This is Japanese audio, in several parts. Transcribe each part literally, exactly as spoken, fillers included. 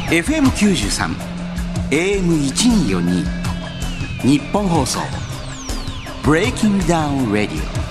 エフエムきゅうじゅうさん エーエムせんにひゃくよんじゅうに 日本放送ブレイキングダウンラディオ。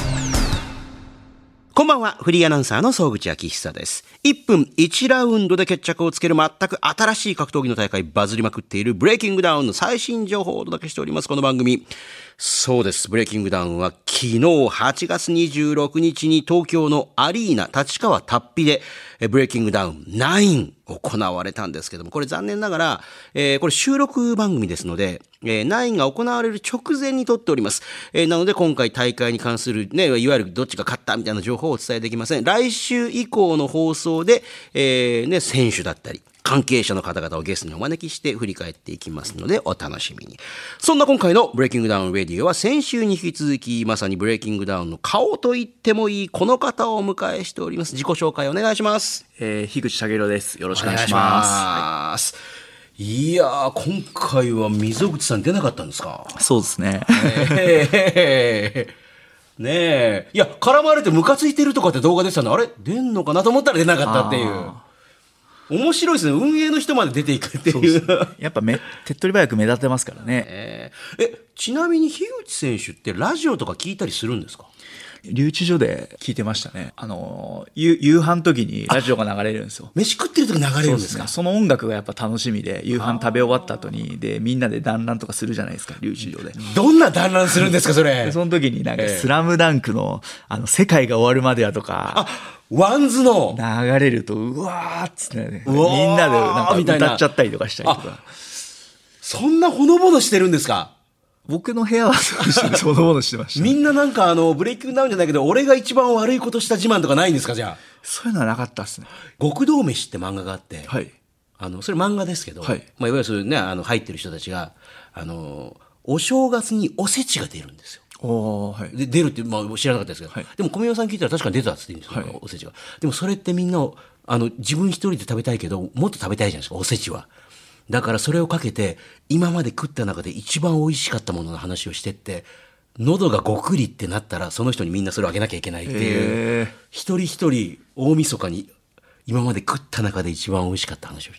こんばんは、フリーアナウンサーの総口昭久です。いっぷんいちラウンドで決着をつける全く新しい格闘技の大会、バズりまくっているブレイキングダウンの最新情報をお届けしております。この番組、そうです、ブレイキングダウンは昨日はちがつにじゅうろくにちに東京のアリーナ立川タッピでブレイキングダウンナイン行われたんですけども、これ残念ながら、えー、これ収録番組ですので、えー、ナインが行われる直前に撮っております。えー、なので今回大会に関するね、いわゆるどっちが勝ったみたいな情報をお伝えできません。来週以降の放送で、えー、ね、選手だったり、関係者の方々をゲストにお招きして振り返っていきますのでお楽しみに。そんな今回のブレイキングダウンレディオは先週に引き続きまさにブレイキングダウンの顔と言ってもいいこの方をお迎えしております。自己紹介お願いします。 えー、樋口武です。よろしくお願いします。 いやー、今回は溝口さん出なかったんですか？ そうですね。 えー、ねえ、いや絡まれてムカついてるとかって動画出てたの、あれ出んのかなと思ったら出なかったっていう。面白いですね。運営の人まで出ていくっていう。 やっぱめ手っ取り早く目立てますからね。 えー、えちなみに樋口選手ってラジオとか聞いたりするんですか？ 留置所で聞いてましたね。あの夕夕飯の時にラジオが流れるんですよ。 飯食ってる時流れるんですか？ そうですね。その音楽がやっぱ楽しみで、夕飯食べ終わった後にでみんなで団らんとかするじゃないですか、留置所で。 どんな団らんするんですかそれ？ その時になんかスラムダンクのあの世界が終わるまではとか。 あ、ワンズの流れるとうわーっつってね、みんなでなんか歌っちゃったりとかしたりとか。 そんなほのぼのしてるんですか？ 僕の部屋はそのものしてました、ね、 みんななんかあのブレイキングダウンじゃないけど俺が一番悪いことした自慢とかないんですか？じゃあそういうのはなかったですね。 極道飯って漫画があって、 はい、 あのそれ漫画ですけど、 はい、 まあ、いわゆるそういうね、あの入ってる人たちがあのお正月におせちが出るんですよ。 お、はい、 で出るって、まあ、知らなかったですけど、はい、でも小宮さん聞いたら確かに出たって言うんですよ、はい、おせちが。でもそれってみんなあの自分一人で食べたいけどもっと食べたいじゃないですか、おせちは。だからそれをかけて今まで食った中で一番美味しかったものの話をしてって、喉がごくりってなったらその人にみんなそれをあげなきゃいけないっていう、一人一人大晦日に今まで食った中で一番美味しかった話をして、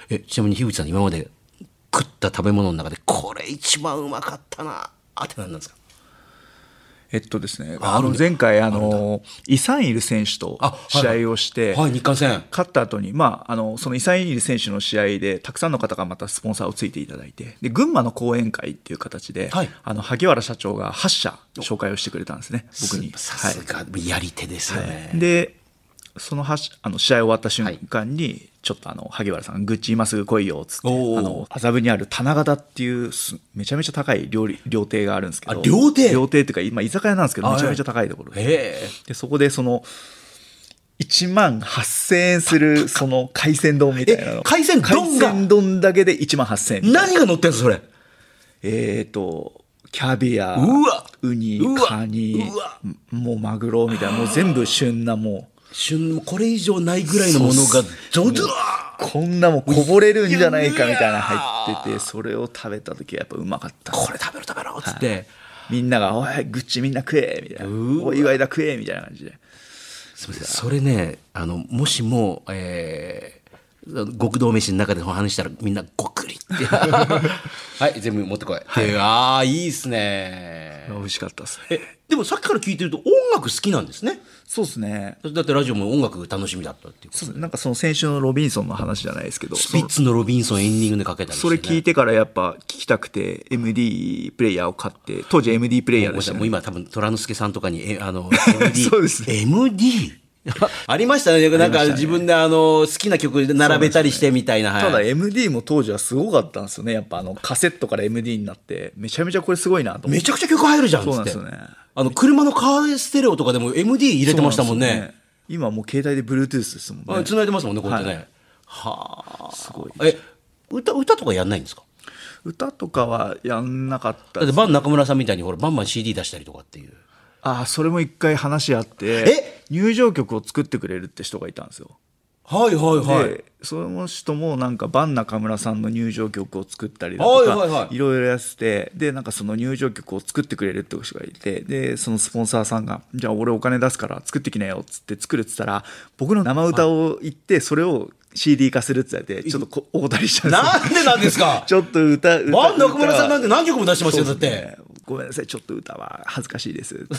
えちなみに樋口さん今まで食った食べ物の中でこれ一番うまかったなあって何なんですか？ えっとですね、あの前回あのイサンイル選手と試合をして、 はいはい、日韓戦勝った後に、まああのそのイサンイル選手の試合でたくさんの方がまたスポンサーをついていただいて、で群馬の講演会っていう形で、はい、あの萩原社長がはち社紹介をしてくれたんですね、僕に。 さすがやり手ですよね。 はい、でそのはあの試合終わった瞬間に、はい、ちょっとあの萩原さん、グッチ今すぐ来いよっつって、あの麻布にある棚形っていうめちゃめちゃ高い料理料亭があるんですけど、 料亭料亭っていうか今居酒屋なんですけどめちゃめちゃ高いところで、でそこでそのいちまんはっせんえんするその海鮮丼みたいなの、 海鮮丼が海鮮丼だけでいちまんはっせんえん。 何が乗ってんすそれ？ えーとキャビア、 うわウニ、カニ、もうマグロみたいな、もう全部旬な、もう旬、これ以上ないぐらいのものがドドーこんなもんこぼれるんじゃないかみたいな入ってて、それを食べた時はやっぱうまかった。 これ食べろ食べろっつって、はい、 みんなが「おいグッチみんな食え」みたいな「お祝いだ食え」みたいな感じで。 すみません、それね、あのもしも、えー、極道飯の中で話したらみんなごくりってはい全部持ってこい、はい、ああいいっすね。 美味しかったっすね。 えでもさっきから聞いてると音楽好きなんですね。 そうですね。 だってラジオも音楽楽しみだったっていうことで、 なんかその先週のロビンソンの話じゃないですけど、 スピッツのロビンソンエンディングでかけたりして、ね、 それ聞いてからやっぱ聞きたくて エムディー プレイヤーを買って、当時 エムディー プレイヤーでしたね。 もう今多分虎之助さんとかにえあの エムディーそうですねエムディー ありましたね。なんか自分であの好きな曲並べたりしてみたいな、 ね、はい、ただ エムディー も当時はすごかったんですよね。やっぱあのカセットから エムディー になってめちゃめちゃこれすごいなと思って、 めちゃくちゃ曲入るじゃんっつって。 そうなんですよね。 あの車のカーステレオとかでも エムディー 入れてましたもんね。 ね、今もう携帯で Bluetooth ですもんね。 繋いでますもんねこうやってね。はい、はあ、すごい。え歌歌とかやんないんですか？ 歌とかはやんなかったです、ね。 だってバン中村さんみたいにほらバンバン シーディー 出したりとかっていう。 ああ、それも一回話あって、 え入場曲を作ってくれるって人がいたんですよ。 はいはいはい。 でその人もなんかバン中村さんの入場曲を作ったりだとか、 はいはいはい、 いろいろやってて、でなんかその入場曲を作ってくれるって人がいて、でそのスポンサーさんがじゃあ俺お金出すから作ってきなよっつって作るっつったら、僕の生歌を言ってそれをシーディー 化するって言われてちょっとこお断りしたんですよ。 なんでなんですかちょっと歌歌バン中村さんなんて何曲も出してますよ、だっそうですて。 ね、ごめんなさいちょっと歌は恥ずかしいです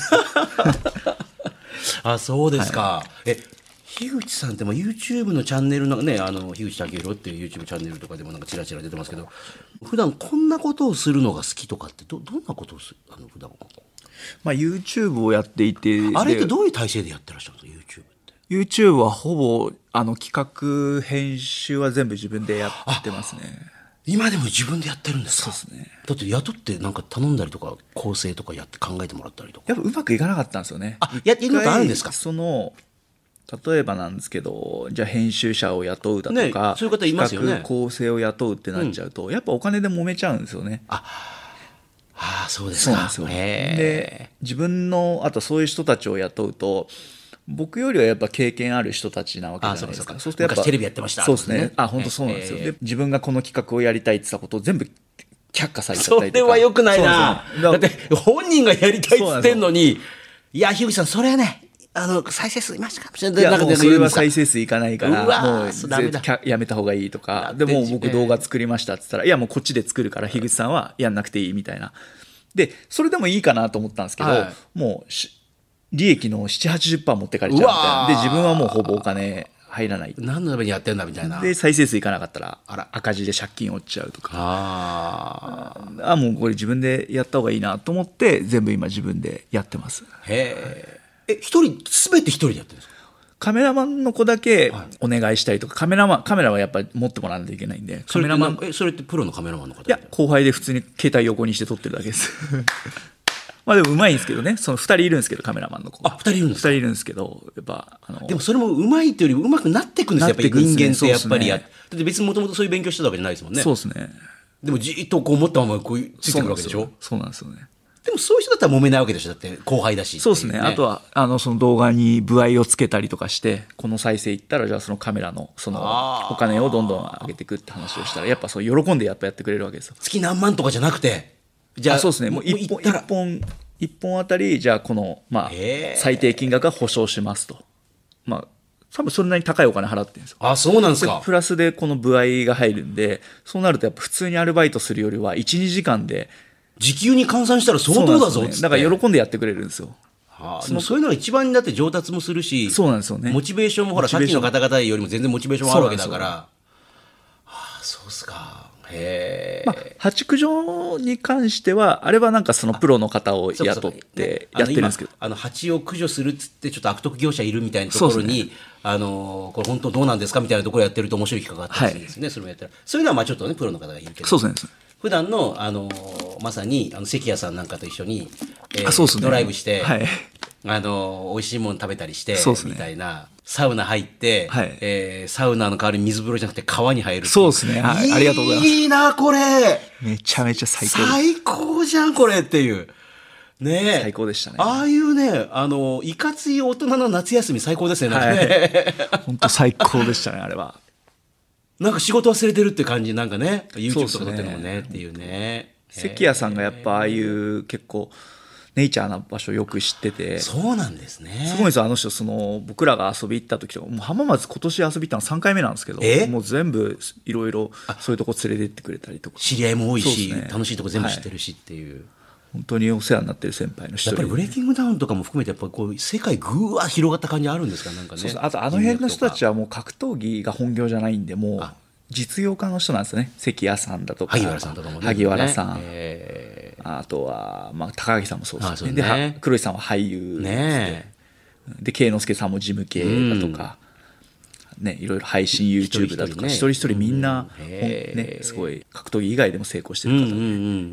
あ、そうですか。え、樋口さんっても YouTube のチャンネルのね、あの樋口武宏っていう YouTube チャンネルとかでもなんかチラチラ出てますけど、普段こんなことをするのが好きとかってどどんなことをするあの普段まあ YouTube をやっていて、 あれってでどういう体制でやってらっしゃるんですか YouTube って。 YouTube はほぼあの企画編集は全部自分でやってますね。 今でも自分でやってるんですか。 そうですね。 だって雇ってなんか頼んだりとか構成とかやって考えてもらったりとか。 やっぱうまくいかなかったんですよね。 あ、やってることあるんですか。 その例えばなんですけど、じゃあ編集者を雇うだとか、 ね、そういう方いますよね。 企画構成を雇うってなっちゃうと、うん、やっぱお金で揉めちゃうんですよね。 ああ、そうですか。 そうなんですよ。で、自分のあとそういう人たちを雇うと、僕よりはやっぱ経験ある人たちなわけじゃないですか。 そうするとやっぱ昔テレビやってました。 そうですね。あ、本当そうなんですよ。で、自分がこの企画をやりたいって言ったことを全部却下されちゃったりとか。 それは良くないな。だって本人がやりたいって言ってんのに、いや、樋口さん、それはね、あの再生数いましたか。 いや、もうそれは再生数いかないからもうやめた方がいいとか。でも僕動画作りましたって言ったら、いやもうこっちで作るから樋口さんはやんなくていいみたいな。でそれでもいいかなと思ったんですけど、はい、もう利益の ななじゅう、はちじゅっパーセント 持ってかれちゃうみたいな。で自分はもうほぼお金入らない。 何のためにやってんだみたいな。 で再生数いかなかったらあら赤字で借金落ちちゃうとか。ああ、もうこれ自分でやった方がいいなと思って全部今自分でやってます。 へえ。え、一人全て一人でやってるんですか。 カメラマンの子だけお願いしたりとか、カメラマンカメラはやっぱり持ってもらわないといけないんで。カメラマン、 え、それってプロのカメラマンの方。 いや後輩で普通に携帯横にして撮ってるだけですまあでもうまいんですけどね。そのふたりいるんですけど、カメラマンの子。 あ、ふたりいるんですか。 ふたりいるんですけど、やっぱあのでもそれもうまいというよりうまくなっていくんですよ。やっぱり人間ってやっぱりや、ね、だって別にもともとそういう勉強してたわけじゃないですもんね。 そうですね。 でもじっとこう思ったままこうついてくるわけでしょ。 そうなんですよね。 でもそういう人だったら揉めないわけでしょ。だって後輩だし、ね。 そうですね。あとはあのその動画に歩合をつけたりとかして、この再生いったらじゃあそのカメラのそのお金をどんどん上げていくって話をしたら、やっぱそう喜んでやっぱやってくれるわけですよ。 月何万とかじゃなくて、 じゃあそうですね。もう一本一本一本あたりじゃあこのまあ最低金額は保証しますと。まあ多分それなりに高いお金払ってるんですよ。 あ、そうなんですか。 プラスでこの歩合が入るんで、そうなるとやっぱ普通にアルバイトするよりはいち、にじかんで時給に換算したら相当だぞっつって、 ね、だから喜んでやってくれるんですよ。 はあ、そのそういうのが一番だって上達もするし、 そうなんですよね。 モチベーションもほらさっきの方々よりも全然モチベーションもあるわけだから。はあ、そうっすか。へえ。 まあ、八九条に関してはあれはなんかそのプロの方を雇ってやってるんですけど、 あの蜂を駆除するっつってちょっと悪徳業者いるみたいなところに、ね、あのこれ本当どうなんですかみたいなところやってると面白い企画があったりするんですね、はい、それもやったらそういうのはまあちょっとねプロの方がいるけど、 そうですね、 普段のあのまさにあの関谷さんなんかと一緒に、えーあ、そうですね、 ドライブして、 はい、 あの美味しいもの食べたりして、ね、みたいな。サウナ入って、 はい、 えー、サウナの代わりに水風呂じゃなくて川に入る。 そうですね、はい、ありがとうございます。 いいなこれ。 めちゃめちゃ最高です。 最高じゃんこれっていうね。 最高でしたね。 ああいうね、あのいかつい大人の夏休み最高ですね。なんかね、 本当、はい、最高でしたねあれは。 なんか仕事忘れてるって感じ、なんかね YouTube とか撮ってるのもねっていうね。 関谷さんがやっぱああいう結構ネイチャーな場所をよく知ってて。 そうなんですね。 すごいですよ、あの人。その僕らが遊び行った時とか、もう浜松今年遊び行ったのさんかいめなんですけど、もう全部いろいろそういうとこ連れてってくれたりとか、 知り合いも多いし、ね、楽しいとこ全部知ってるしっていう、はい、 本当にお世話になってる先輩の一人。 やっぱりブレイキングダウンとかも含めてやっぱりこう世界ぐわ広がった感じあるんですか。なんかね。 そうそう、あとあの辺の人たちはもう格闘技が本業じゃないんで、もう実業家の人なんですよね。関谷さんだとか萩原さんとかもね。 萩原さん、えーあとは、まあ、高木さんもそうですね。で、黒石さんは俳優ね。 で、慶之助さんも事務系だとか、うん、ね、いろいろ配信 YouTube だとか、一人一人みんな、ね、すごい格闘技以外でも成功してる方で、うんうんうん、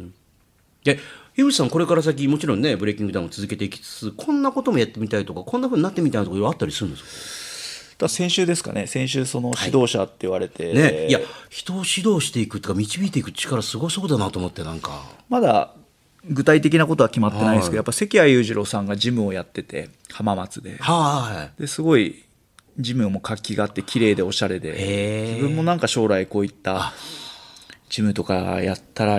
で樋口さんこれから先もちろんねブレイキングダウンを続けていきつつ、こんなこともやってみたいとか、こんな風になってみたいなところあったりするんですか。 だ先週ですかね、先週その指導者って言われて、 はいね、いや人を指導していくとか導いていく力すごそうだなと思って、なんかまだ具体的なことは決まってないですけど、やっぱ関谷裕次郎さんがジムをやってて浜松で、 はい、 ですごいジムも活気があって綺麗でおしゃれで、自分もなんか将来こういったジムとかやったら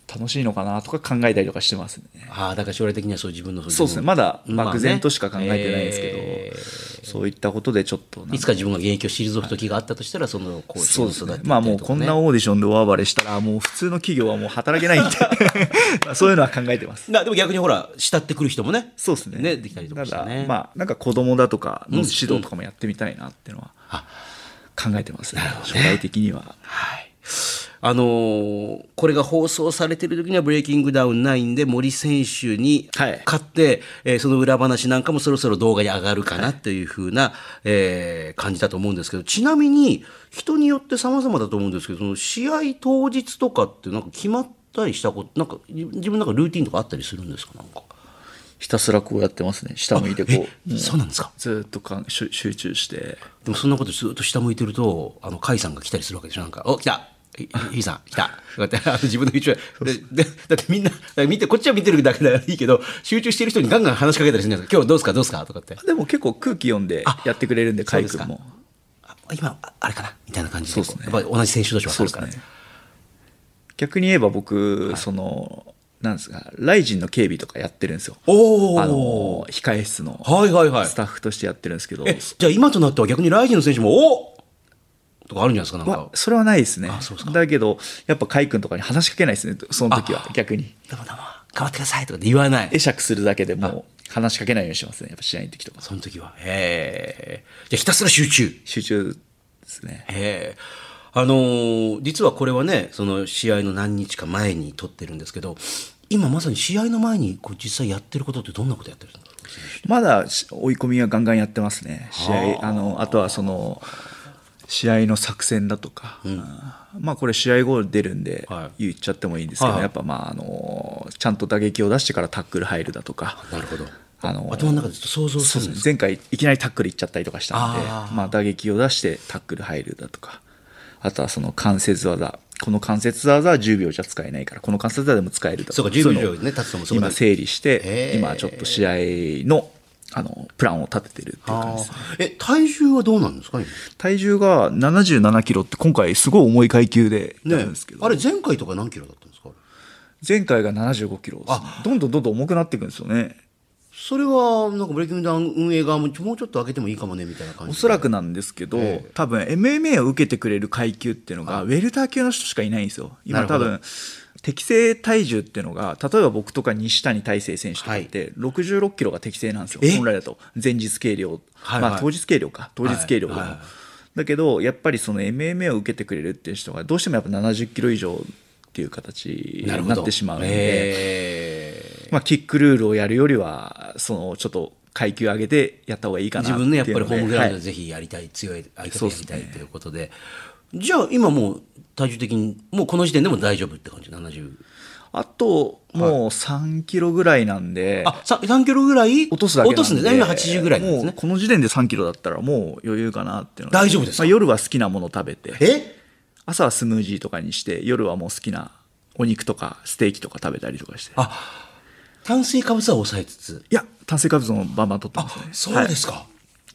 楽しいのかなとか考えたりとかしてますね。 ああ、だから将来的にはそう自分のそうですね、まだ漠然としか考えてないですけど、まあねえー、そういったことでちょっといつか自分が現役を退く時があったとしたら、はい、そのコーチを育てていったりとか、ね、そうですね、 まあもうこんなオーディションで大暴れしたらもう普通の企業はもう働けないんでまあそういうのは考えてます。 でも逆にほら慕ってくる人もね、 そうですね、 ねできたりとかしてね。 まあなんか子供だとかの指導とかもやってみたいなっていうのは考えてますね、うん、将来的には。 はい、あのー、これが放送されている時にはブレイキングダウンナインで森選手に勝って、はい、えー、その裏話なんかもそろそろ動画に上がるかなというふうな、はい、えー、感じだと思うんですけど、ちなみに人によって様々だと思うんですけど、その試合当日とかってなんか決まったりしたこと、なんか自分なんかルーティンとかあったりするんですか？なんかひたすらこうやってますね。下向いてこう。そうなんですか。 ずっとかん集中して。 でもそんなことずっと下向いてると、あの甲斐さんが来たりするわけでしょ。なんか、お、来た。ひいさん来た。こうやってあの自分の道ででだってみんな見てこっちは見てるだけでいいけど、集中してる人にガンガン話しかけたりするんですよ。今日どうすかどうすかとかって。 でも結構空気読んでやってくれるんで、甲斐君も。 今あれかなみたいな感じで、そうですね、やっぱり同じ選手同士分かるから、ね、 逆に言えば僕、はい、その。なんですか、ライジンの警備とかやってるんですよ。 おあの控え室のスタッフとしてやってるんですけど、 はいはいはい、じゃあ今となっては逆にライジンの選手もおとかあるんじゃないですか。なんか、まあ、 それはないですね。だけどやっぱ甲斐君とかに話しかけないですね、その時は。逆にどうもどうも頑張ってくださいとか言わない、 会釈するだけでもう話しかけないようにしますね、やっぱ試合の時とか。 その時はへえ、じゃあひたすら集中集中ですね。 へえ、あのー、実はこれはね、その試合の何日か前に撮ってるんですけど、今まさに試合の前にこう実際やってることってどんなことやってるんですか？ まだ追い込みはガンガンやってますね。試合、あのあとはその試合の作戦だとか、うん、まあこれ試合後出るんで言っちゃってもいいんですけど、はい、やっぱまああのちゃんと打撃を出してからタックル入るだとか。 なるほど。 あの頭の中でずっと想像するんですか？ 前回いきなりタックルいっちゃったりとかしたんで、あ、まあ、打撃を出してタックル入るだとか、あとはその関節技、この関節技はじゅうびょうじゃ使えないからこの関節技でも使えるだとか、 そうかじゅうびょうね、立つのもそう今整理して今ちょっと試合のあのプランを立ててるっていう感じですね。 え、体重はどうなんですか？今体重がななじゅうななキロって今回すごい重い階級でやるんですけど、 ね、あれ前回とか何キロだったんですか？ 前回がななじゅうごキロです、ね、どんどんどんどん重くなっていくんですよね。 それはなんかブレイキングダウン運営側ももうちょっと上げてもいいかもねみたいな感じで。 おそらくなんですけど、えー、多分 エムエムエー を受けてくれる階級っていうのがウェルター級の人しかいないんですよ今。多分適正体重っていうのが例えば僕とか西谷大成選手とかってろくじゅうろっキロが適正なんですよ、はい、本来だと前日計量、はいはい、まあ当日計量か当日計量でも、はいはい、だけどやっぱりその エムエムエー を受けてくれるっていう人がどうしてもやっぱななじゅっキロ以上っていう形になってしまうので、まあ、キックルールをやるよりはそのちょっと階級上げてやった方がいいかなっていうので、 自分ねやっぱりホームグラウンドでぜひやりたい、はい、強い相手でやりたいということで、じゃあ今もう体重的にもうこの時点でも大丈夫って感じ？ななじゅうあともうさんキロぐらいなんで、 はい、あ 3, 3キロぐらい落とすだけなんで、 落とすんで今はちじゅうぐらいなんですね。 もうこの時点でさんキロだったらもう余裕かなっていうの大丈夫ですか？ まあ、夜は好きなもの食べて、 え朝はスムージーとかにして夜はもう好きなお肉とかステーキとか食べたりとかして。 あ、炭水化物は抑えつつ。 いや炭水化物もバンバン取ってますね。 あ、そうですか、はい、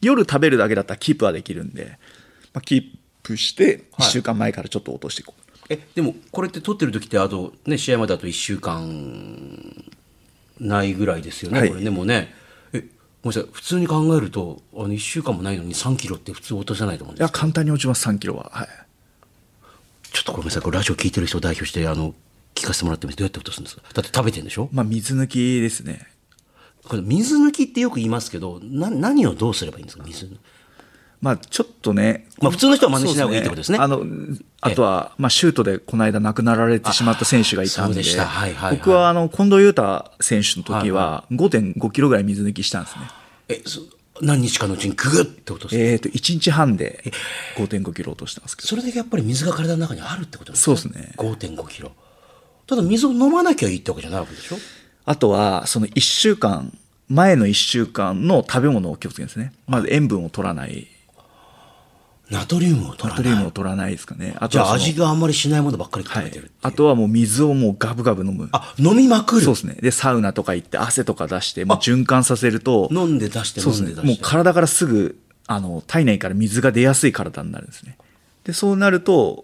夜食べるだけだったらキープはできるんで、まあ、キープしていっしゅうかんまえからちょっと落としていこう、 はい、えでもこれって取ってる時ってあと、ね、試合まであといっしゅうかんないぐらいですよね、はい、これねもうね。えごめんなさい、普通に考えるとあのいっしゅうかんもないのにさんキロって普通落とせないと思うんですけど。 いや簡単に落ちますさんキロは、はい、 ちょっとごめんなさい、これラジオ聞いてる人を代表してあの聞かせてもらってもどうやって落とすんですか？だって食べてるんでしょ？ まあ水抜きですね。 これ水抜きってよく言いますけどな何をどうすればいいんですか？水抜き、 まあ、ちょっとね、 まあ、普通の人は真似しない方がいいってことですね。 あのあとは、まあ、シュートでこの間亡くなられてしまった選手がいたんで、 はいはいはい、 僕はあの近藤裕太選手の時は ごてんごキロぐらい水抜きしたんですね。 えそ何日かのうちにググッって落とす？ えーといちにちはんで ごてんごキロ落としたんですけど。 それだけやっぱり水が体の中にあるってことですね。 そうですね。 ごてんごキロ。ただ水を飲まなきゃいいってわけじゃないわけでしょ？ あとはそのいっしゅうかん前のいっしゅうかんの食べ物を気をつけるんですね。まず塩分を取らない、 ナトリウムを取らない、 ナトリウムを取らないですかね。 あとはじゃあ味があんまりしないものばっかり食べてるっていう、 はい、あとはもう水をもうガブガブ飲む。 あ、飲みまくる。 そうですね。でサウナとか行って汗とか出してもう循環させると飲んで出して飲んで出して、 もう体からすぐあの体内から水が出やすい体になるんですね。でそうなると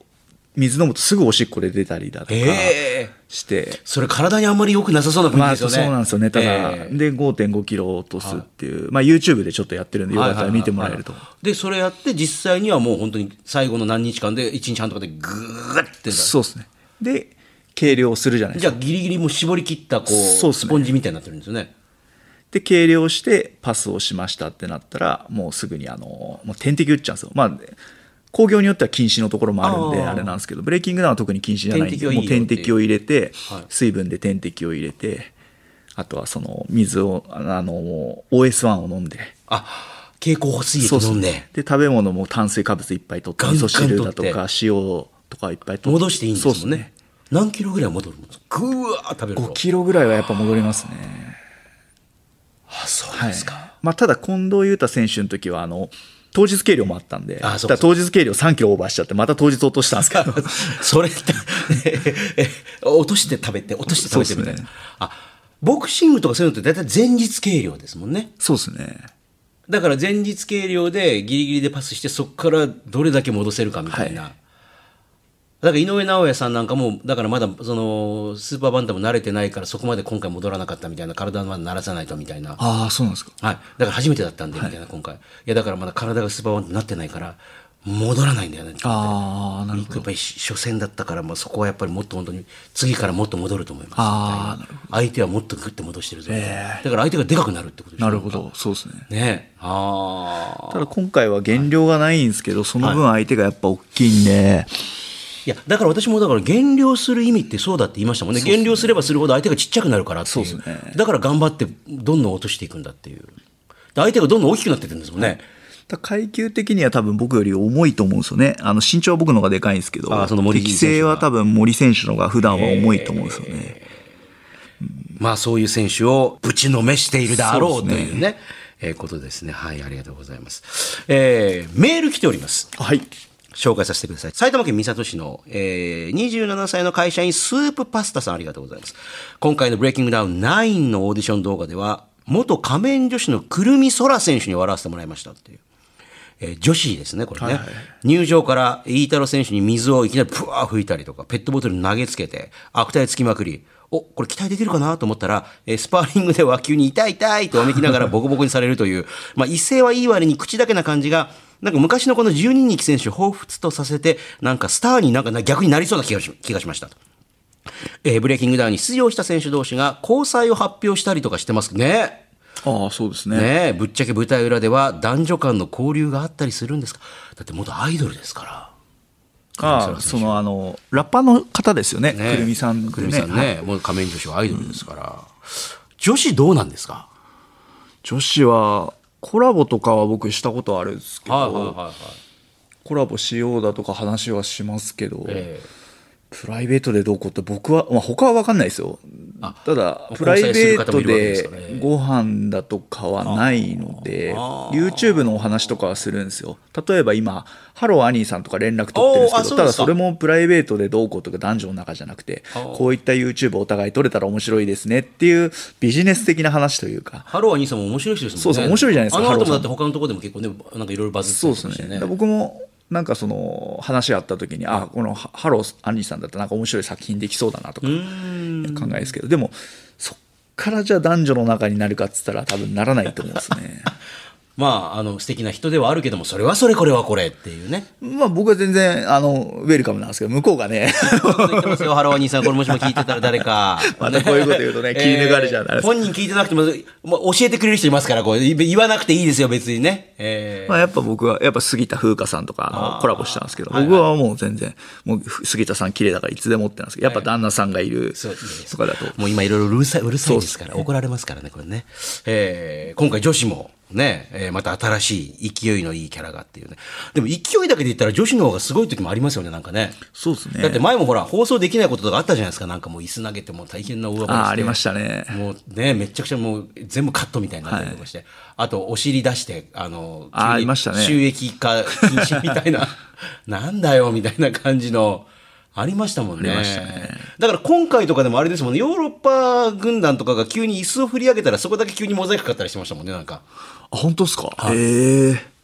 水飲むとすぐおしっこで出たりだとかして、 えー、それ体にあんまり良くなさそうな雰囲気ですよね。 まあ、そうなんですよね。ただ、えー、で ごてんごキロ落とすっていう、はい、まあ、YouTube でちょっとやってるんでよかったら見てもらえると、はいはいはいはい、 でそれやって実際にはもう本当に最後の何日間でいちにちはんとかでグーってそうですね。で計量するじゃないですか。 じゃあギリギリもう絞り切ったこうそうですね、スポンジみたいになってるんですよね。 で計量してパスをしましたってなったらもうすぐにあのもう点滴打っちゃうんですよ。まあ工業によっては禁止のところもあるんで あ, あれなんですけど、ブレイキングダウンは特に禁止じゃないんで、もう点滴を入れて、はい、水分で点滴を入れて、あとはその水をあの オーエスワン を飲んで、 あ経口補水液飲んで、 で食べ物も炭水化物いっぱいとって味噌汁だとか塩とかいっぱいとって戻していいんですもん ね, そうですね。何キロぐらい戻るんですか。ぐわー食べるとごキロぐらいはやっぱ戻りますね。 あそうですか、 はい。まあ、ただ近藤裕太選手の時はあの当日計量もあったんで、ああだ当日計量さんキロオーバーしちゃってまた当日落としたんですけどそれ落として食べて落として食べてみたいな、ね、あボクシングとかそういうのって大体前日計量ですもんね。 そうですね。 だから前日計量でギリギリでパスしてそこからどれだけ戻せるかみたいな、はい、だから井上尚弥さんなんかもだからまだそのスーパーバンタム慣れてないからそこまで今回戻らなかったみたいな、体まで慣らさないとみたいな。 ああそうなんですか。 はい、だから初めてだったんでみたいな、はい、今回いやだからまだ体がスーパーバンタムになってないから戻らないんだよね。 ああなるほど。 やっぱり初戦だったからまあそこはやっぱりもっと本当に次からもっと戻ると思います。 ああなるほど。 相手はもっとグッて戻してるぞ、えー、だから相手がでかくなるってことですね。 なるほどそうですね。 ねあただ今回は減量がないんですけど、はい、その分相手がやっぱ大きいんで、はいいやだから私もだから減量する意味ってそうだって言いましたもん ね, ね減量すればするほど相手がちっちゃくなるからっていう、そうですね、だから頑張ってどんどん落としていくんだっていう、相手がどんどん大きくなっていくんですもんね。 だ階級的には多分僕より重いと思うんですよね。あの身長は僕の方がでかいんですけど、あその森適性は多分森選手の方が普段は重いと思うんですよね、えーうん、まあそういう選手をぶちのめしているだろうというね、えー、ことですね。はいありがとうございます、えー、メール来ております。 はい紹介させてください。埼玉県三郷市の、えー、にじゅうななさいの会社員スープパスタさんありがとうございます。今回のブレイキングダウンナインのオーディション動画では元仮面女子のくるみそら選手に笑わせてもらいましたっていう、えー、女子ですねこれね、はいはい、入場から飯太郎選手に水をいきなりプワー吹いたりとかペットボトルに投げつけて悪態つきまくり、おこれ期待できるかなと思ったら、えー、スパーリングでは急に痛い痛いとわめきながらボコボコにされるというまあ威勢はいい割に口だけな感じがなんか昔のこのじゅうににき選手を彷彿とさせてなんかスターになんか逆になりそうな気が し, 気がしましたと、えー、ブレイキングダウンに出場した選手同士が交際を発表したりとかしてますね。 ああそうです ね, ねぶっちゃけ舞台裏では男女間の交流があったりするんですか。だって元アイドルですから。 ああそのあのラッパーの方ですよ ね, ねくるみさん、ね、 くるみさんね、はい、もう仮面女子はアイドルですから、うん、女子どうなんですか。 女子はコラボとかは僕したことあるんですけど、 はいはいはいはい、 コラボしようだとか話はしますけど、 えー、プライベートでどうこうって僕は、まあ、他は分かんないですよ。ただプライベートでご飯だとかはないので YouTube のお話とかはするんですよ。例えば今ハローアニーさんとか連絡取ってるんですけど、ただそれもプライベートでどうこうとか男女の中じゃなくてこういった YouTube お互い撮れたら面白いですねっていうビジネス的な話というか。 ハローアニーさんも面白い人ですもんね。 そうそう面白いじゃないですか。 あの後もだって他のところでも結構ねなんかいろいろバズってましたね。そうですね。 僕もなんかその話あった時にあこのハローアニーさんだったらなんか面白い作品できそうだなとか考えですけど、でもそっからじゃあ男女の中になるかっつったら多分ならないと思うんですねまあ、あの素敵な人ではあるけどもそれはそれこれはこれっていうね。 まあ僕は全然あのウェルカムなんですけど向こうがね言ってますよハローアニーさんこれもしも聞いてたら誰かまたこういうこと言うとね気抜かれちゃう、えー、 本人聞いてなくても、まあ、教えてくれる人いますからこう言わなくていいですよ別にね、えーまあ、やっぱ僕はやっぱ杉田風花さんとかあのコラボしたんですけど、僕はもう全然もう杉田さん綺麗だからいつでもってなんですけど、やっぱ旦那さんがいるとかだと、 もう今いろいろうるさいうるさいですから怒られますからねこれね、えー、今回女子もねえー、また新しい勢いのいいキャラがっていうね。でも勢いだけで言ったら女子の方がすごい時もありますよねなんかね。 そうですね。 だって前もほら放送できないこととかあったじゃないですか。なんかもう椅子投げても大変な大暴れして、 あありましたね。 もうねめちゃくちゃもう全部カットみたいになったりとかして、はい、あとお尻出してあのあありましたね。 収益化禁止みたいななんだよみたいな感じのありましたもんね。 ありましたね。 だから今回とかでもあれですもんね、ヨーロッパ軍団とかが急に椅子を振り上げたらそこだけ急にモザイクかかったりしてましたもんねなんか。 あ本当ですか。へえ。ヨ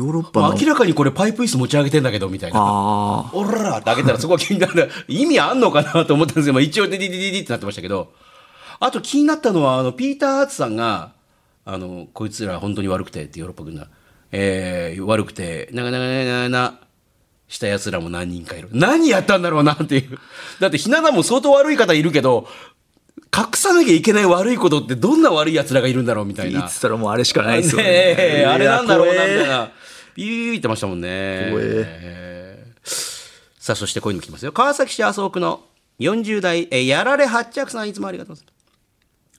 ヨーロッパの明らかにこれパイプ椅子持ち上げてんだけどみたいな。 あおららって開けたらそこは気になる意味あんのかなと思ったんですけど、まあ、一応ディディディディディってなってましたけど、あと気になったのはあのピーター・ハーツさんがあのこいつら本当に悪くてってヨーロッパ軍が、えー、悪くてなかなかななしたやつらも何人かいる。何やったんだろうなっていう。だってひな壇も相当悪い方いるけど、隠さなきゃいけない悪いことってどんな悪い奴らがいるんだろうみたいな。 いつったらもうあれしかないですよね。 ねえあれなんだろうなみたいな。ビービー言ってましたもんね。えー、さあそしてこういうの来ますよ。川崎市麻生区のよんじゅう代えやられ八着さん、いつもありがとうございます。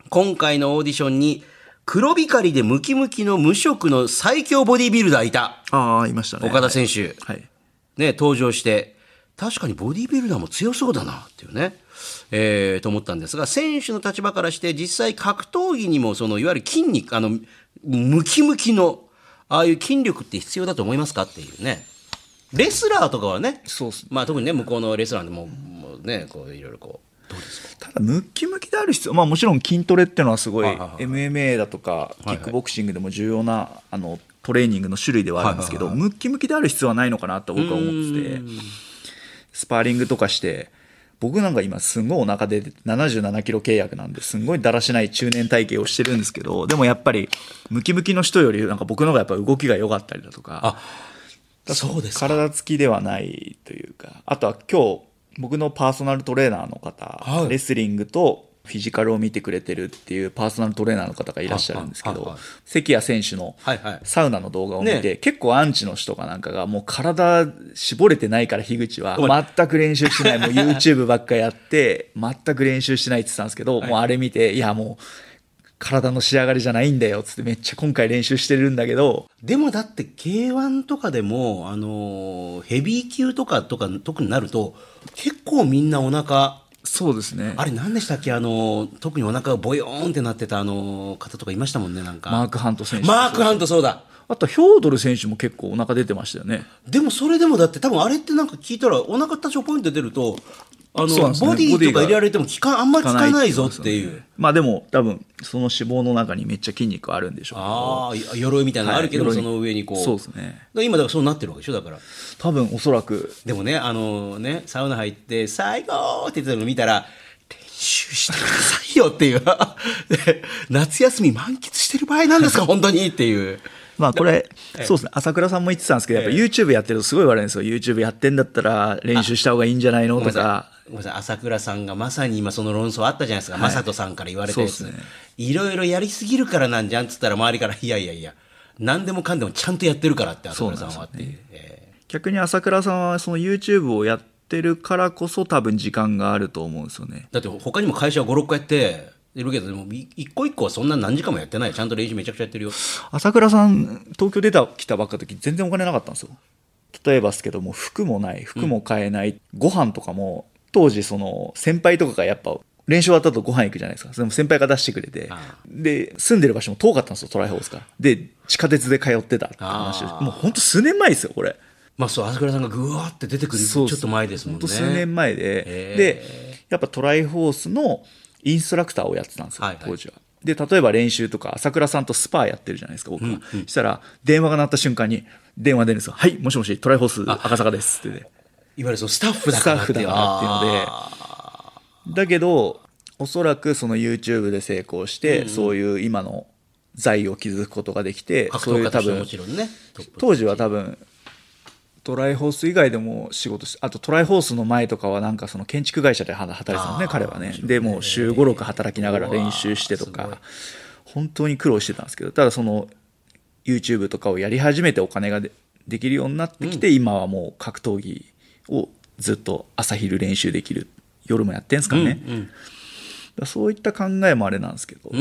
今回のオーディションに黒光りでムキムキの無色の最強ボディビルダーいた。 ああいましたね。 岡田選手、 はい、 ね、登場して確かにボディビルダーも強そうだなっていうね、えー、と思ったんですが、選手の立場からして実際格闘技にもそのいわゆる筋肉、あのムキムキのああいう筋力って必要だと思いますかっていうね。レスラーとかはね、 そうっすね、 まあ、特にね向こうのレスラーでももうねこういろいろこうどうですか。 ただムキムキである必要、まあ、もちろん筋トレっていうのはすごい、 はいはいはい、 エムエムエー だとかキックボクシングでも重要なあのトレーニングの種類ではあるんですけど、はいはいはい、ムキムキである必要はないのかなと僕は思ってて、スパーリングとかして僕なんか今すごいお腹でななじゅうななキロ契約なんですんごいだらしない中年体型をしてるんですけど、でもやっぱりムキムキの人よりなんか僕の方がやっぱ動きが良かったりだとか、 あそうですか。 体つきではないというか、あとは今日僕のパーソナルトレーナーの方、はい、レスリングとフィジカルを見てくれてるっていうパーソナルトレーナーの方がいらっしゃるんですけど、関谷選手のサウナの動画を見て、ね、結構アンチの人かなんかがもう体絞れてないから樋口は全く練習してない、もう YouTube ばっかやって全く練習してないって言ってたんですけど、はい、もうあれ見ていやもう体の仕上がりじゃないんだよっつってめっちゃ今回練習してるんだけど、 でもだって ケーワン とかでもあのヘビー級とかとか特になると結構みんなお腹、 そうですね、 あれ何でしたっけ、あの特にお腹がボヨーンってなってたあの方とかいましたもんね。なんかマーク・ハント選手、 マーク・ハント、そうだ、 あとヒョードル選手も結構お腹出てましたよね。 でもそれでもだって多分あれってなんか聞いたらお腹多少ポイント出るとあの、ね、ボディとか入れられても効かあんまり効かないぞっていう、ね、 まあでも多分その脂肪の中にめっちゃ筋肉あるんでしょうけど、 ああ鎧みたいなのあるけど、はい、その上にこう、 そうですね、 今だからそうなってるわけでしょ。だから多分おそらくでもね、あのねサウナ入って最高って言ってたの見たら練習してくださいよっていう夏休み満喫してる場合なんですか本当にっていう。 まあこれそうですね、朝倉さんも言ってたんですけど、やっぱ YouTube やってるとすごい言われるんですよ。 YouTube やってんだったら練習した方がいいんじゃないのとか。 ごめんなさい、朝倉さんがまさに今その論争あったじゃないですか、はい、正人さんから言われたやつ、ね、いろいろやりすぎるからなんじゃんっつったら周りからいやいやいや何でもかんでもちゃんとやってるからって朝倉さんはっていう、ねえー、 逆に朝倉さんはその YouTube をやってるからこそ多分時間があると思うんですよね。 だって他にも会社はごろっこやっているけど、でも一個一個はそんな何時間もやってない。ちゃんと練習めちゃくちゃやってるよ。 朝倉さん東京出た来たばっか時全然お金なかったんですよ。例えばですけども服もない、服も買えない、うん、ご飯とかも当時その先輩とかがやっぱ練習終わった後ご飯行くじゃないですか。それも先輩が出してくれて、で住んでる場所も遠かったんですよ、トライホースから。で地下鉄で通ってたって話を、もう本当数年前ですよこれ。 まあそう、朝倉さんがぐわーって出てくるちょっと前ですもんね。 本当数年前で、でやっぱトライホースのインストラクターをやってたんですよ、はいはい、当時は。で例えば練習とか朝倉さんとスパーやってるじゃないですか僕は、うんうん、したら電話が鳴った瞬間に電話出るんですよ。はいもしもしトライホース赤坂ですって、ね、 いわゆるそのスタッフだからっていうスタッフだからっていうので、だけどおそらくその YouTube で成功して、うんうん、そういう今の財を築くことができて、そういう多分もちろん、ね、当時は多分トライホース以外でも仕事して、あとトライホースの前とかはなんかその建築会社で働いてたんですね彼はね。でもう週ごろく働きながら練習してとか本当に苦労してたんですけど、ただその YouTube とかをやり始めてお金が で, できるようになってきて、うん、今はもう格闘技をずっと朝昼練習できる、夜もやってんすからね、うんうん、だそういった考えもあれなんですけど、うん、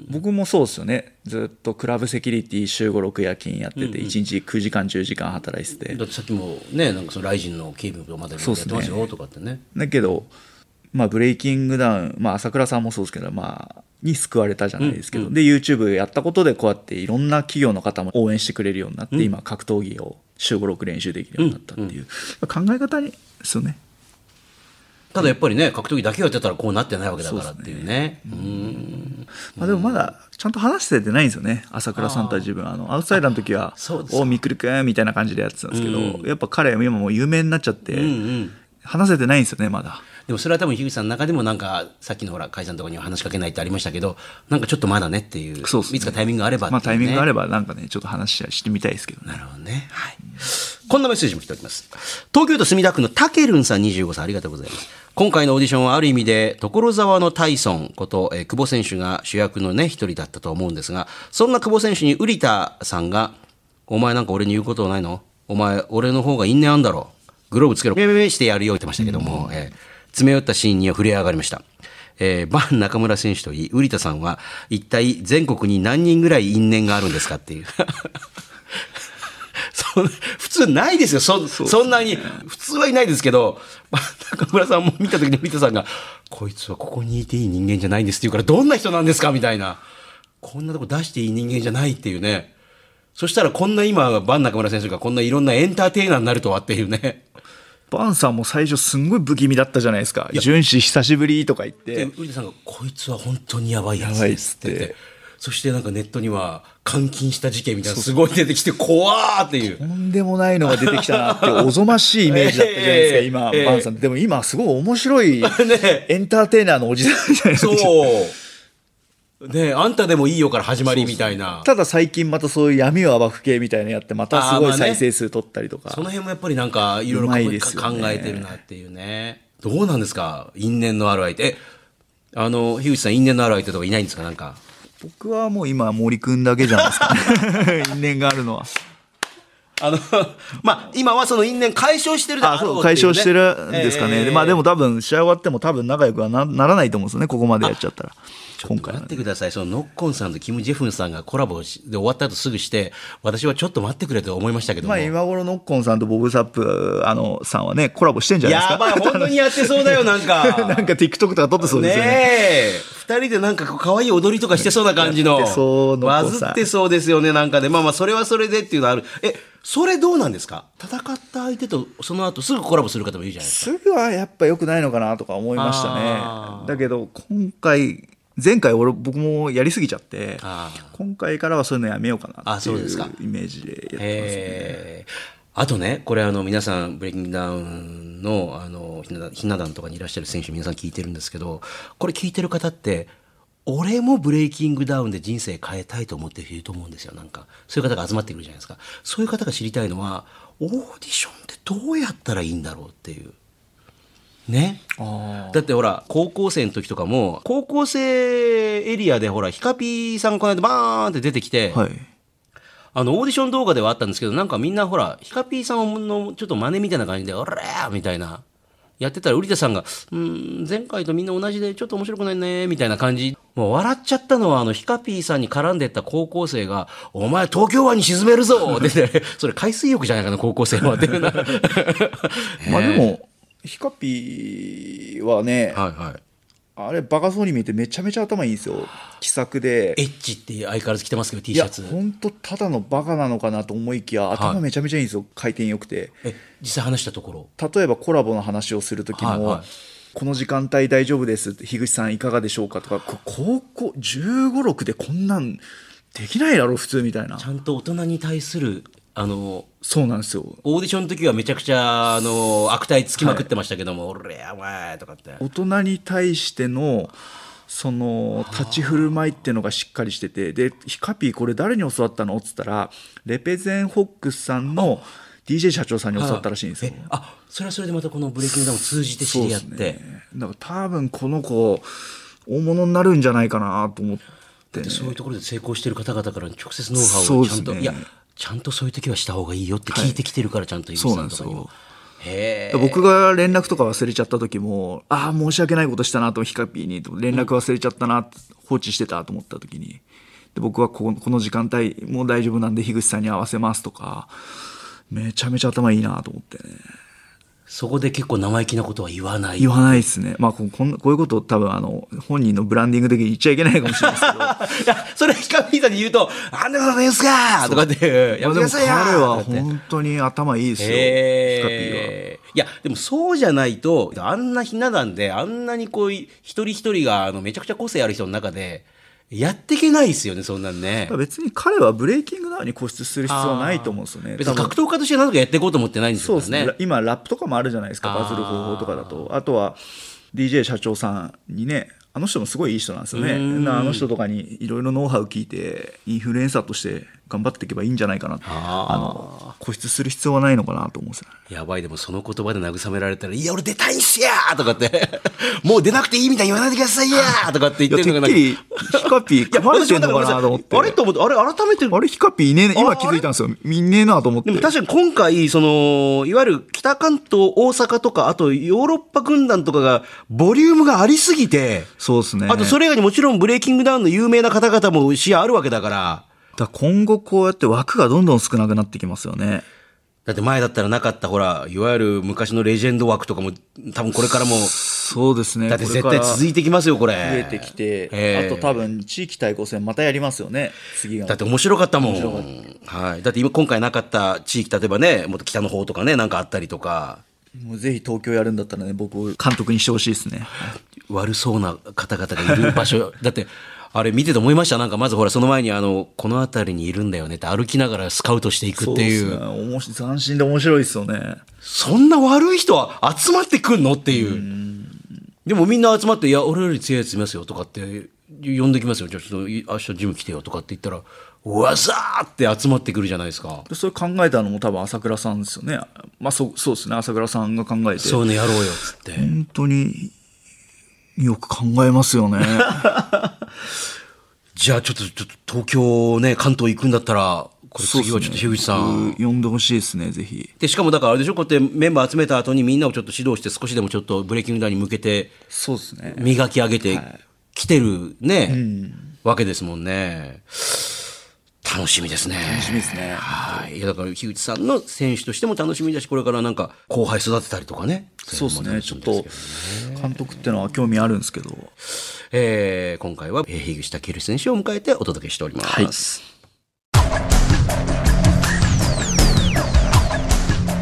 僕もそうですよね。ずっとクラブセキュリティ週ごろく夜勤やってて、うんうん、いちにちくじかんじゅうじかん働いてて、 だってさっきもねなんかそのライジンの警備までやってますよとかってね。 だけどまあブレイキングダウン、まあ朝倉さんもそうですけど、まあに救われたじゃないですけど、うんうん、で YouTube やったことでこうやっていろんな企業の方も応援してくれるようになって、うん、今格闘技を週ごろく練習できるようになったっていう、うんうん、考え方ですよね。 ただやっぱりね格闘技だけやってたらこうなってないわけだからっていうね。うーんまあ、でもまだちゃんと話せてないんですよね、朝倉さんとは自分。あのアウトサイダーの時は「おみくるくん」みたいな感じでやってたんですけど、うん、やっぱ彼は今もう有名になっちゃって、うんうん、話せてないんですよねまだ。 でもそれは多分樋口さんの中でもなんかさっきのほら解散とかには話しかけないってありましたけど、なんかちょっとまだねっていう、そうですね、いつかタイミングがあればっていう、ね、 まあ、タイミングがあればなんかねちょっと話してみたいですけどね。 なるほどね、はい、こんなメッセージも来ております。東京都墨田区のたけるんさんにじゅうごさい、ありがとうございます。今回のオーディションはある意味で所沢のタイソンこと、えー、久保選手が主役のね一人だったと思うんですが、そんな久保選手に瓜田さんがお前なんか俺に言うことないの、お前俺の方が因縁あんだろ、グローブつけろ、めめめしてやるよって言ってましたけども、うん、えー詰め寄ったシーンには触れ上がりました。えー、バン中村選手といい、瓜田さんは一体全国に何人ぐらい因縁があるんですかっていうそ普通ないですよ、 そ, そんなに普通はいないですけど、バン中村さんも見た時に瓜田さんがこいつはここにいていい人間じゃないんですって言うから、どんな人なんですかみたいな、こんなとこ出していい人間じゃないっていうね。そしたらこんな今バン中村選手がこんないろんなエンターテイナーになるとはっていうね。 バンさんも最初すんごい不気味だったじゃないですか。純子久しぶりとか言って、 瓜田さんがこいつは本当にやばいやつですって言って、そしてなんかネットには監禁した事件みたいなすごい出てきて怖ーっていう、 とんでもないのが出てきたなっておぞましいイメージだったじゃないですか、今、えー、バンさん。でも今すごい面白いエンターテイナーのおじさんじゃないですか。 そうね、あんたでもいいよから始まりみたいな。そうそう、 ただ最近またそういう闇を暴く系みたいなのやってまたすごい再生数取ったりとか、 ね、その辺もやっぱりなんかいろいろ考えてるなっていうね。どうなんですか、因縁のある相手。え、あの樋口さん因縁のある相手とかいないんですか。なんか僕はもう今森くんだけじゃないですかね因縁があるのは。 あのまあ、今はその因縁解消してるだろうっていう、ね、 解消してるんですかね、えー、まあ、でも多分試合終わっても多分仲良くは な, ならないと思うんですよね、ここまでやっちゃったら。 ちょっと待ってください、そのノッコンさんとキム・ジェフンさんがコラボで終わった後すぐして、私はちょっと待ってくれと思いましたけども、 まあ、今頃ノッコンさんとボブ・サップあのさんはねコラボしてんじゃないですか。 やばい、本当にやってそうだよなんかなんか TikTok とか撮ってそうですよね。ねえ、ふたりでなんか可愛い踊りとかしてそうな感じのバズってそうですよね、なんかで、まあまあそれはそれでっていうのはある。え、それどうなんですか、戦った相手とその後すぐコラボする方もいるじゃないですか。 すぐはやっぱ良くないのかなとか思いましたね。だけど今回前回俺僕もやりすぎちゃって、今回からはそういうのやめようかなっていうイメージでやってますね。 あとね、これあの皆さんブレイキングダウンのあのひな壇とかにいらっしゃる選手皆さん聞いてるんですけど、これ聞いてる方って俺もブレイキングダウンで人生変えたいと思っていると思うんですよ。なんかそういう方が集まってくるじゃないですか。そういう方が知りたいのはオーディションってどうやったらいいんだろうっていうね。あ、だってほら高校生の時とかも高校生エリアでほらヒカピーさんがこの間バーンって出てきて、はい、あのオーディション動画ではあったんですけど、なんかみんなほらヒカピーさんのちょっと真似みたいな感じでおらーみたいなやってたら、瓜田さんがうーん前回とみんな同じでちょっと面白くないねみたいな感じ、もう笑っちゃったのはあのヒカピーさんに絡んでった高校生がお前東京湾に沈めるぞって、ね、それ海水浴じゃないかな高校生はっていうなまあでもヒカピーはね、はいはい、あれバカそうに見えてめちゃめちゃ頭いいんですよ。気さくでエッチって相変わらず着てますけど T シャツ。 いや本当ただのバカなのかなと思いきや頭めちゃめちゃいいんですよ、はい、回転よくて。 え実際話したところ、 例えばコラボの話をする時も、はいはい、この時間帯大丈夫ですって樋口さんいかがでしょうかとか、高校じゅうご、ろくでこんなんできないだろ普通みたいな、 ちゃんと大人に対するあのそうなんですよ。 オーディションの時はめちゃくちゃあの悪態つきまくってましたけども、はい、俺やお前とかって大人に対してのその立ち振る舞いっていうのがしっかりしてて、でヒカピーこれ誰に教わったのっつったらレペゼンホックスさんの ディージェー 社長さんに教わったらしいんですよ。 あ、それはそれでまたこのブレイキングダウンを通じて知り合って、ね、 だから多分この子大物になるんじゃないかなと思って、ね、 そういうところで成功してる方々から直接ノウハウをちゃんと、ね、いやちゃんとそういう時はした方がいいよって聞いてきてるから、ちゃんと井口さんとかにも、はい、 へ僕が連絡とか忘れちゃった時もああ申し訳ないことしたなとヒカピーに連絡忘れちゃったな、うん、放置してたと思った時にで僕はここの時間帯もう大丈夫なんで樋口さんに合わせますとかめちゃめちゃ頭いいなと思ってね。 そこで結構生意気なことは言わない言わないですね。まあこんこういうことを多分あの本人のブランディング的に言っちゃいけないかもしれないですけどいやそれヒカピーさんに言うとあんなことですかとかってやめてくださいよ。 彼は本当に頭いいですよ、ヒカピーは。 いやでもそうじゃないとあんなひな壇であんなにこう一人一人があのめちゃくちゃ個性ある人の中でやっていけないですよね、そんなんね。 別に彼はブレイキングダウンに固執する必要はないと思うんですよね。 別に格闘家として何とかやっていこうと思ってないんですよね。 そうですね。今ラップとかもあるじゃないですか、バズる方法とかだと。あとは ディージェー 社長さんにね、あの人もすごいいい人なんですよね。あの人とかにいろいろノウハウ聞いてインフルエンサーとして頑張っていけばいいんじゃないかな。ああの固執する必要はないのかなと思うんですよ。 やばい、でもその言葉で慰められたら、いや俺出たいんすやーとかってもう出なくていいみたいに言わないでくださいやーとかって言ってるのが、 てっきりヒカピー噛まれてんのかなと思って、 あれと思って、あれ改めてあれヒカピーいねえな、今気づいたんですよ。いねえなと思って。 でも確かに今回そのいわゆる北関東大阪とか、あとヨーロッパ軍団とかがボリュームがありすぎて、 そうですね。 あとそれ以外にもちろんブレイキングダウンの有名な方々も視野あるわけだから、 だから今後こうやって枠がどんどん少なくなってきますよね。 だって前だったらなかったほら、いわゆる昔のレジェンド枠とかも多分これからも、 そうですね。 だって絶対続いてきますよこれ。 増えてきて、あと多分地域対抗戦またやりますよね。次が。 だって面白かったもん。面白かった。はい。だって今今回なかった地域、例えばね、もっと北の方とかね、なんかあったりとか。 もうぜひ東京やるんだったらね、僕監督にしてほしいですね。 悪そうな方々がいる場所だって。あれ見てて思いました。なんかまずほらその前にあのこの辺りにいるんだよねって歩きながらスカウトしていくっていう。 そうですね。斬新で面白いですよね。 そんな悪い人は集まってくんのっていう。うでもみんな集まって、いや俺より強いやついますよとかって呼んできますよ。じゃあちょっと明日ジム来てよとかって言ったら、わざーって集まってくるじゃないですか。 それ考えたのも多分朝倉さんですよね。まあそうそうですね。朝倉さんが考えて。 そういうのやろうよっつって。 本当によく考えますよね。 じゃあちょっとちょっと東京ね、関東行くんだったら、これ次はちょっと樋口さん、 ね、呼んでほしいですね、ぜひ。 でしかもだからあれでしょ、こうやってメンバー集めた後にみんなをちょっと指導して、少しでもちょっとブレイキングダウンに向けて、 そうですね。 磨き上げてきてるね、はい、 うん、 わけですもんね。楽しみですね。 楽しみですね。 はい。いやだから樋口さんの選手としても楽しみだし、これからなんか後輩育てたりとかね。 そうですね。ちょっと監督ってのは興味あるんですけど。 えー、今回は樋口武尊選手を迎えてお届けしております。はい、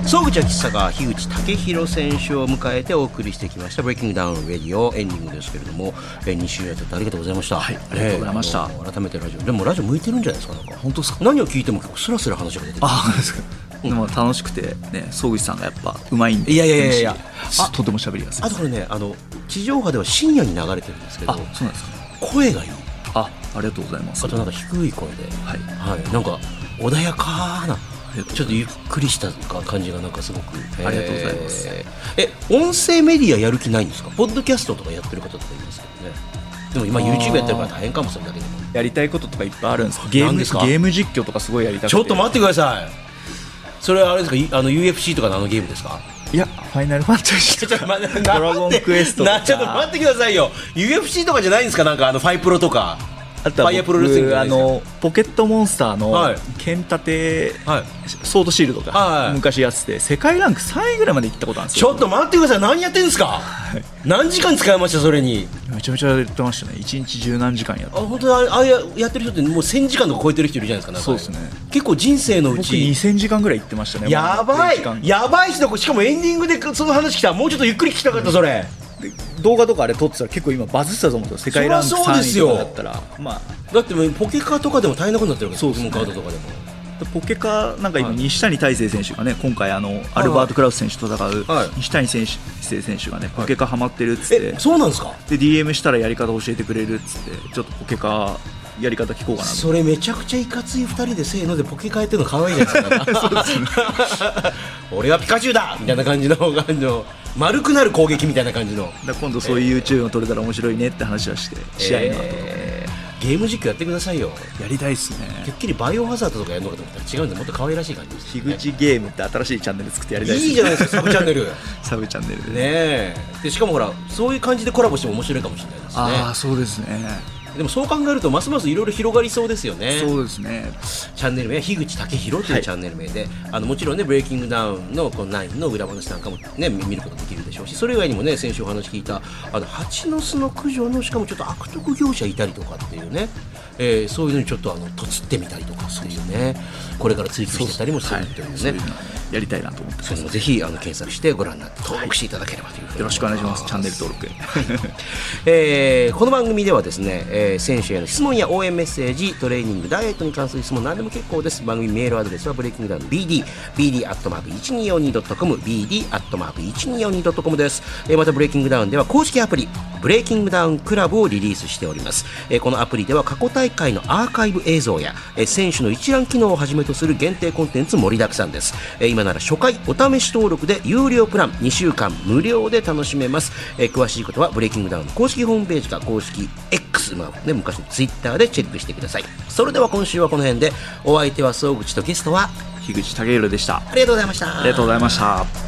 総口昭久が樋口武尊選手を迎えてお送りしてきましたブレイキングダウンレディオエンディングですけれども、えー、に週やってありがとうございました。 はい、ありがとうございました。 えー、改めてラジオでもラジオ向いてるんじゃないですか。なんか本当ですか。 何を聞いても結構スラスラ話が出てる。 ああですか。でも楽しくてね、総口さんがやっぱうまいんで。 いやいやいやいや、 とても喋りやすい。 あとこれね、あの地上波では深夜に流れてるんですけど、 あ、そうなんですか。 声がいい。 あ、ありがとうございます。 あとなんか低い声で、 はいはい、なんか穏やかな。ちょっとゆっくりした感じがなんかすごく、 ありがとうございます。 え、音声メディアやる気ないんですか。ポッドキャストとかやってる方とかいますけどね。でも今 YouTube やってるから大変かも。それだけでもやりたいこととかいっぱいあるんですか。ゲームですか。ゲーム実況とかすごいやりたくて。 ちょっと待ってください。それはあれですか、あの ユーエフシー とかのあのゲームですか。 いや、ファイナルファンタジーとかドラゴンクエストとか。 ちょっと待ってくださいよ。 ユーエフシー とかじゃないんですか。なんかあのファイプロとか、 あとは僕あのポケットモンスターの剣立て、はい、ソードシールドが、はい、昔やってて世界ランクさんいぐらいまで行ったことあるんですよ。 ちょっと待ってください。何やってんですか、はい、何時間使いました。それにめちゃめちゃやってましたね。いちにち十何時間やって。 あ、本当にあれやってる人ってもうせんじかんとか超えてる人いるじゃないですか。なんかそうですね。 結構人生のうち僕にせんじかんぐらい行ってましたね。 やばいやばい人。しかもエンディングでその話来たらもうちょっとゆっくり聞きたかった。それで動画とかあれ撮ってたら結構今バズってたと思うんですよ。世界ランクさんいとかだったら、まあ、 だってポケカとかでも大変なことになってるわけですよ。ポケモンカードとかでもポケカなんか今西谷大成選手がね、今回あのアルバート・クラウス選手と戦う西谷選手選手がねポケカハマってるっつって、 え、そうなんですか。 で ディーエム したらやり方教えてくれるっつってちょっとポケカやり方聞こうかなと。 それめちゃくちゃいかついふたりでせーのでポケカやってるの可愛いじゃないですか。そうですね。俺はピカチュウだみたいな感じの感じの丸くなる攻撃みたいな感じの。 だ今度そういう YouTube を撮れたら面白いねって話はして、試合の後とか、 えー、ゲーム実況やってくださいよ。 やりたいっすね。 てっきりバイオハザードとかやるのかと思ったら違うんで、もっと可愛らしい感じです、ね。 樋口ゲームって新しいチャンネル作ってやりたいっすね。 いいじゃないですか、サブチャンネル。 サブチャンネルで、ね、 えでしかもほらそういう感じでコラボしても面白いかもしれないですね。 ああ、そうですね。 でもそう考えるとますますいろいろ広がりそうですよね。 そうですね。 チャンネル名は樋口武尊というチャンネル名で、はい、あのもちろんねブレイキングダウンのこのナインの裏話なんかもね見ることできるでしょうし、それ以外にもね先週お話聞いたあの蜂の巣の駆除のしかもちょっと悪徳業者いたりとかっていうね、えー、そういうのにちょっとあのとつってみたりとかっていうね、これから追求してたりもするというね。 やりたいなと思ってます。 それもぜひあの検索してご覧になって登録していただければというふうに、 よろしくお願いします。チャンネル登録、 えー、この番組ではですね、えー、選手への質問や応援メッセージ、トレーニングダイエットに関する質問何でも結構です。番組メールアドレスはブレイキングダウン ビーディー ビーディー アットマーク いちにーよんにー ドットコム ビーディー アットマーク いちにーよんにー ドットコム です。えー、またブレイキングダウンでは公式アプリブレイキングダウンクラブをリリースしております。えー、このアプリでは過去大会のアーカイブ映像や、えー、選手の一覧機能をはじめとする限定コンテンツ盛りだくさんです。えー、今なら初回お試し登録で有料プランにしゅうかん無料で楽しめます。えー、詳しいことはブレイキングダウンの公式ホームページか公式 X、まあね、昔のツイッターでチェックしてください。それでは今週はこの辺で、お相手は総口とゲストは樋口武宏でした。 ありがとうございました。 ありがとうございました。